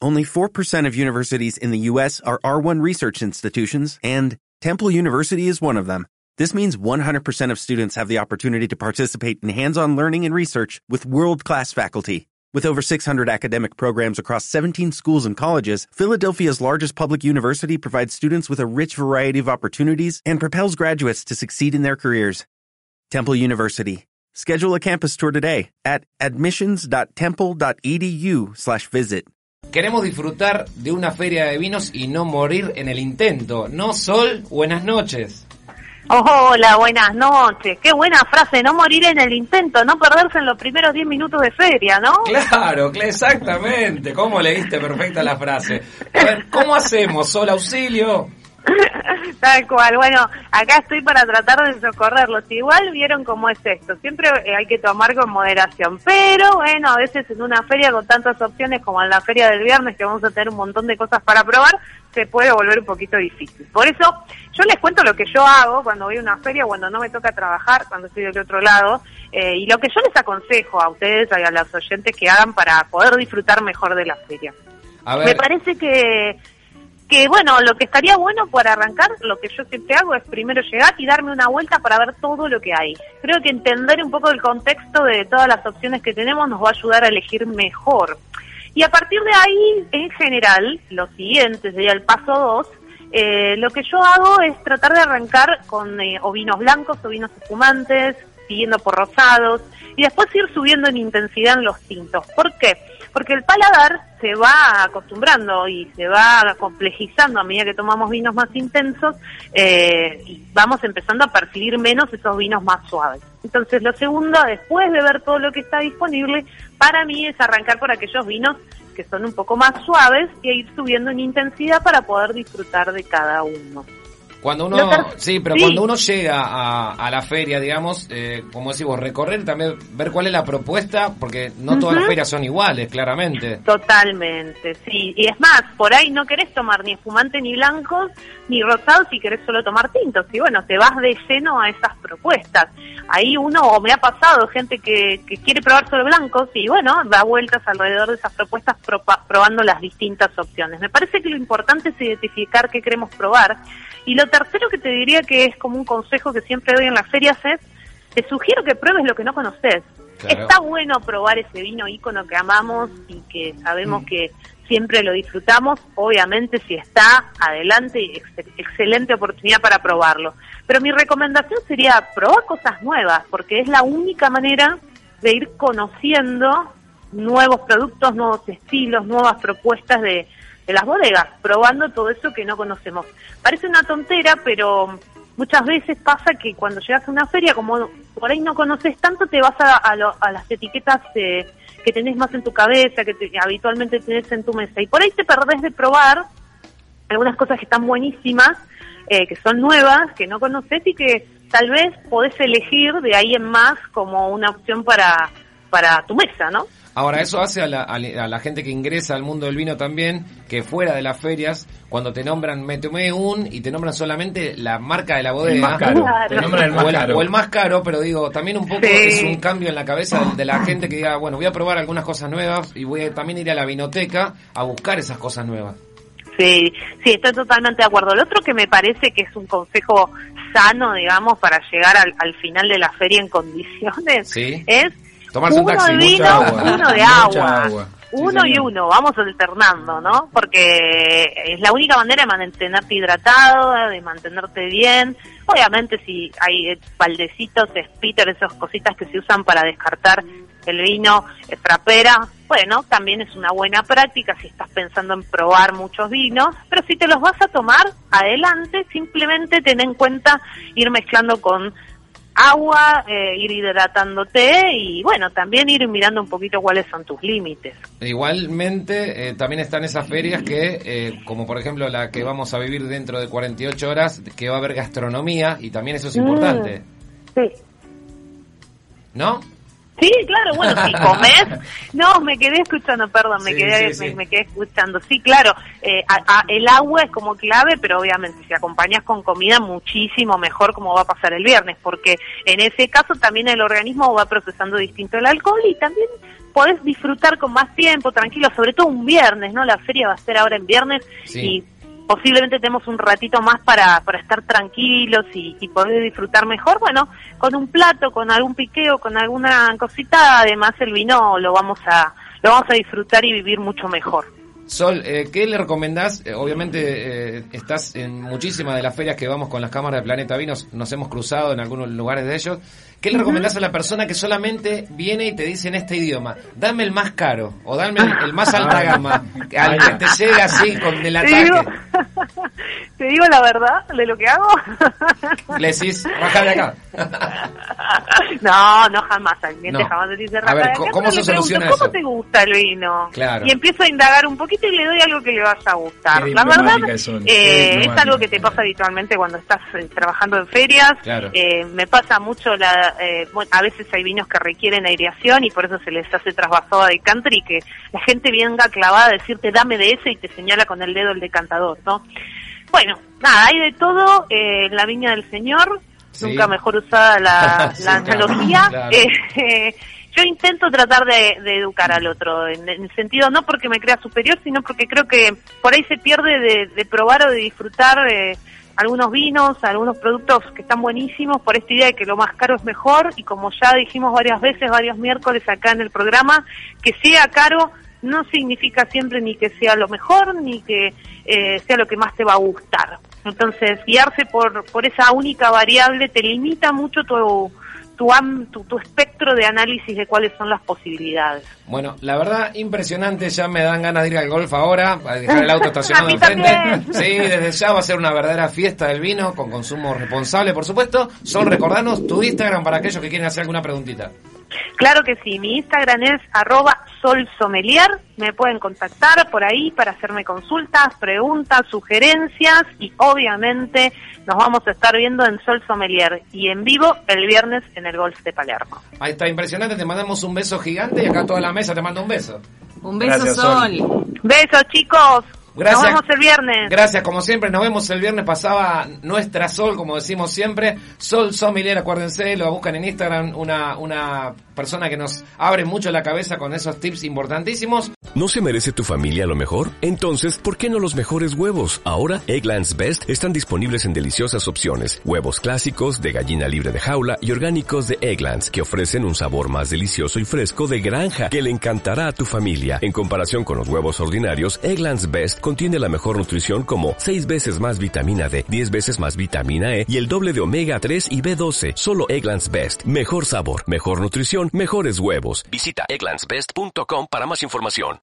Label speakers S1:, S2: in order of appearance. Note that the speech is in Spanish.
S1: only 4% of universities in the U.S. are R1 research institutions, and Temple University is one of them. This means 100% of students have the opportunity to participate in hands-on learning and research with world-class faculty. With over 600 academic programs across 17 schools and colleges, Philadelphia's largest public university provides students with a rich variety of opportunities and propels graduates to succeed in their careers. Temple University. Schedule a campus tour today at admissions.temple.edu/visit.
S2: Queremos disfrutar de una feria de vinos y no morir en el intento. ¿No, Sol? Buenas noches.
S3: Hola, buenas noches. Qué buena frase, no morir en el intento, no perderse en los primeros 10 minutos de feria, ¿no?
S2: Claro, exactamente. ¿Cómo leíste perfecta la frase? A ver, ¿cómo hacemos, Sol? Auxilio.
S3: Tal cual, bueno, acá estoy para tratar de socorrerlos. Igual vieron cómo es esto, siempre hay que tomar con moderación, pero bueno, a veces en una feria con tantas opciones como en la feria del viernes, que vamos a tener un montón de cosas para probar, se puede volver un poquito difícil. Por eso, yo les cuento lo que yo hago cuando voy a una feria, cuando no me toca trabajar, cuando estoy del otro lado, y lo que yo les aconsejo a ustedes y a los oyentes que hagan para poder disfrutar mejor de la feria.
S2: A ver.
S3: Me parece que bueno, lo que estaría bueno para arrancar, lo que yo siempre hago es primero llegar y darme una vuelta para ver todo lo que hay. Creo que entender un poco el contexto de todas las opciones que tenemos nos va a ayudar a elegir mejor. Y a partir de ahí, en general, lo siguiente, sería el paso 2, lo que yo hago es tratar de arrancar con o vinos blancos o vinos espumantes, siguiendo por rosados, y después ir subiendo en intensidad en los tintos. ¿Por qué? Porque el paladar se va acostumbrando y se va complejizando a medida que tomamos vinos más intensos, y vamos empezando a percibir menos esos vinos más suaves. Entonces, lo segundo, después de ver todo lo que está disponible, para mí es arrancar por aquellos vinos que son un poco más suaves y ir subiendo en intensidad para poder disfrutar de cada uno.
S2: Cuando uno, cuando uno llega a la feria, digamos, como decimos, recorrer también, ver cuál es la propuesta, porque no todas las ferias son iguales, claramente.
S3: Totalmente, sí. Y es más, por ahí no querés tomar ni espumante ni blancos, ni rosados, si querés solo tomar tintos. Y bueno, te vas de lleno a esas propuestas. Ahí o me ha pasado, gente que quiere probar solo blancos, y bueno, da vueltas alrededor de esas propuestas probando las distintas opciones. Me parece que lo importante es identificar qué queremos probar. Y lo tercero que te diría que es como un consejo que siempre doy en las ferias es, te sugiero que pruebes lo que no conoces. Claro. Está bueno probar ese vino ícono que amamos y que sabemos que siempre lo disfrutamos. Obviamente, si está, adelante, excelente oportunidad para probarlo. Pero mi recomendación sería probar cosas nuevas, porque es la única manera de ir conociendo nuevos productos, nuevos estilos, nuevas propuestas de las bodegas, probando todo eso que no conocemos. Parece una tontera, pero muchas veces pasa que cuando llegas a una feria, como por ahí no conoces tanto, te vas a las etiquetas que tenés más en tu cabeza, que habitualmente tenés en tu mesa, y por ahí te perdés de probar algunas cosas que están buenísimas, que son nuevas, que no conoces y que tal vez podés elegir de ahí en más como una opción para tu mesa, ¿no?
S2: Ahora, eso hace a la gente que ingresa al mundo del vino también, que fuera de las ferias, cuando te nombran me tomé y te nombran solamente la marca de la bodega.
S4: El más caro.
S3: Claro.
S4: Te nombran el más caro.
S2: O el más caro, pero digo, también un poco es un cambio en la cabeza de la gente que diga, bueno, voy a probar algunas cosas nuevas y voy a también ir a la vinoteca a buscar esas cosas nuevas.
S3: Sí, estoy totalmente de acuerdo. Lo otro que me parece que es un consejo sano, digamos, para llegar al final de la feria en condiciones, es
S2: tomarse un taxi,
S3: uno de vino, uno de agua. Uno y uno, vamos alternando, ¿no? Porque es la única manera de mantenerte hidratado, de mantenerte bien. Obviamente si hay baldecitos, spitter, esas cositas que se usan para descartar el vino, frapera, bueno, también es una buena práctica si estás pensando en probar muchos vinos, pero si te los vas a tomar, adelante, simplemente ten en cuenta ir mezclando con agua, ir hidratándote y bueno, también ir mirando un poquito cuáles son tus límites.
S2: Igualmente, también están esas ferias que, como por ejemplo la que vamos a vivir dentro de 48 horas, que va a haber gastronomía y también eso es importante.
S3: Sí.
S2: ¿No?
S3: Sí, claro, bueno, si comes, no, me quedé escuchando, perdón, me quedé escuchando, sí, claro, el agua es como clave, pero obviamente si acompañas con comida muchísimo mejor, como va a pasar el viernes, porque en ese caso también el organismo va procesando distinto el alcohol y también podés disfrutar con más tiempo, tranquilo, sobre todo un viernes, ¿no? La feria va a ser ahora en viernes y posiblemente tenemos un ratito más para estar tranquilos y poder disfrutar mejor, bueno, con un plato, con algún piqueo, con alguna cosita, además el vino lo vamos a disfrutar y vivir mucho mejor.
S2: Sol, ¿qué le recomendás? Obviamente estás en muchísimas de las ferias que vamos con las cámaras de Planeta Vinos, nos hemos cruzado en algunos lugares de ellos. ¿Qué le recomendás a la persona que solamente viene y te dice en este idioma, dame el más caro o dame el más alta gama, al que te llegue así con el ataque?
S3: ¿Te digo la verdad de lo que hago?
S2: Le decís, baja de acá.
S3: No, jamás, al cliente jamás le dice
S2: baja de acá. ¿Cómo se soluciona eso?
S3: ¿Cómo te gusta el vino?
S2: Claro.
S3: Y empiezo a indagar un poquito y le doy algo que le vaya a gustar. La verdad, es algo que te pasa habitualmente cuando estás trabajando en ferias.
S2: Claro.
S3: Me pasa mucho, bueno, a veces hay vinos que requieren aireación y por eso se les hace trasvasado a decanter y que la gente venga clavada a decirte dame de ese y te señala con el dedo el decantador, ¿no? Bueno, nada, hay de todo en la viña del Señor, nunca mejor usada la analogía. Claro. Yo intento tratar de educar al otro, en el sentido no porque me crea superior, sino porque creo que por ahí se pierde de probar o de disfrutar algunos vinos, algunos productos que están buenísimos por esta idea de que lo más caro es mejor, y como ya dijimos varias veces, varios miércoles acá en el programa, que sea caro no significa siempre ni que sea lo mejor, ni que sea lo que más te va a gustar. Entonces, guiarse por esa única variable te limita mucho tu espectro de análisis de cuáles son las posibilidades.
S2: Bueno, la verdad, impresionante, ya me dan ganas de ir al golf ahora, a dejar el auto estacionado enfrente. Sí, desde ya va a ser una verdadera fiesta del vino, con consumo responsable, por supuesto. Sol, recordanos tu Instagram para aquellos que quieren hacer alguna preguntita.
S3: Claro que sí, mi Instagram es @solsommelier, me pueden contactar por ahí para hacerme consultas, preguntas, sugerencias y obviamente nos vamos a estar viendo en Sol Sommelier y en vivo el viernes en el Golf de Palermo.
S2: Ahí está, impresionante, te mandamos un beso gigante y acá toda la mesa te manda un beso.
S4: Un beso. Gracias, Sol.
S3: Besos, chicos.
S2: Gracias.
S3: Nos vemos el viernes.
S2: Gracias, como siempre, nos vemos el viernes. Pasaba nuestra Sol, como decimos siempre. Sol Sommelier, acuérdense, lo buscan en Instagram, una persona que nos abre mucho la cabeza con esos tips importantísimos.
S5: ¿No se merece tu familia lo mejor? Entonces, ¿por qué no los mejores huevos? Ahora, Eggland's Best están disponibles en deliciosas opciones. Huevos clásicos, de gallina libre de jaula y orgánicos de Eggland's, que ofrecen un sabor más delicioso y fresco de granja que le encantará a tu familia. En comparación con los huevos ordinarios, Eggland's Best contiene la mejor nutrición como 6 veces más vitamina D, 10 veces más vitamina E y el doble de omega 3 y B12. Solo Eggland's Best. Mejor sabor, mejor nutrición, mejores huevos. Visita egglandsbest.com para más información.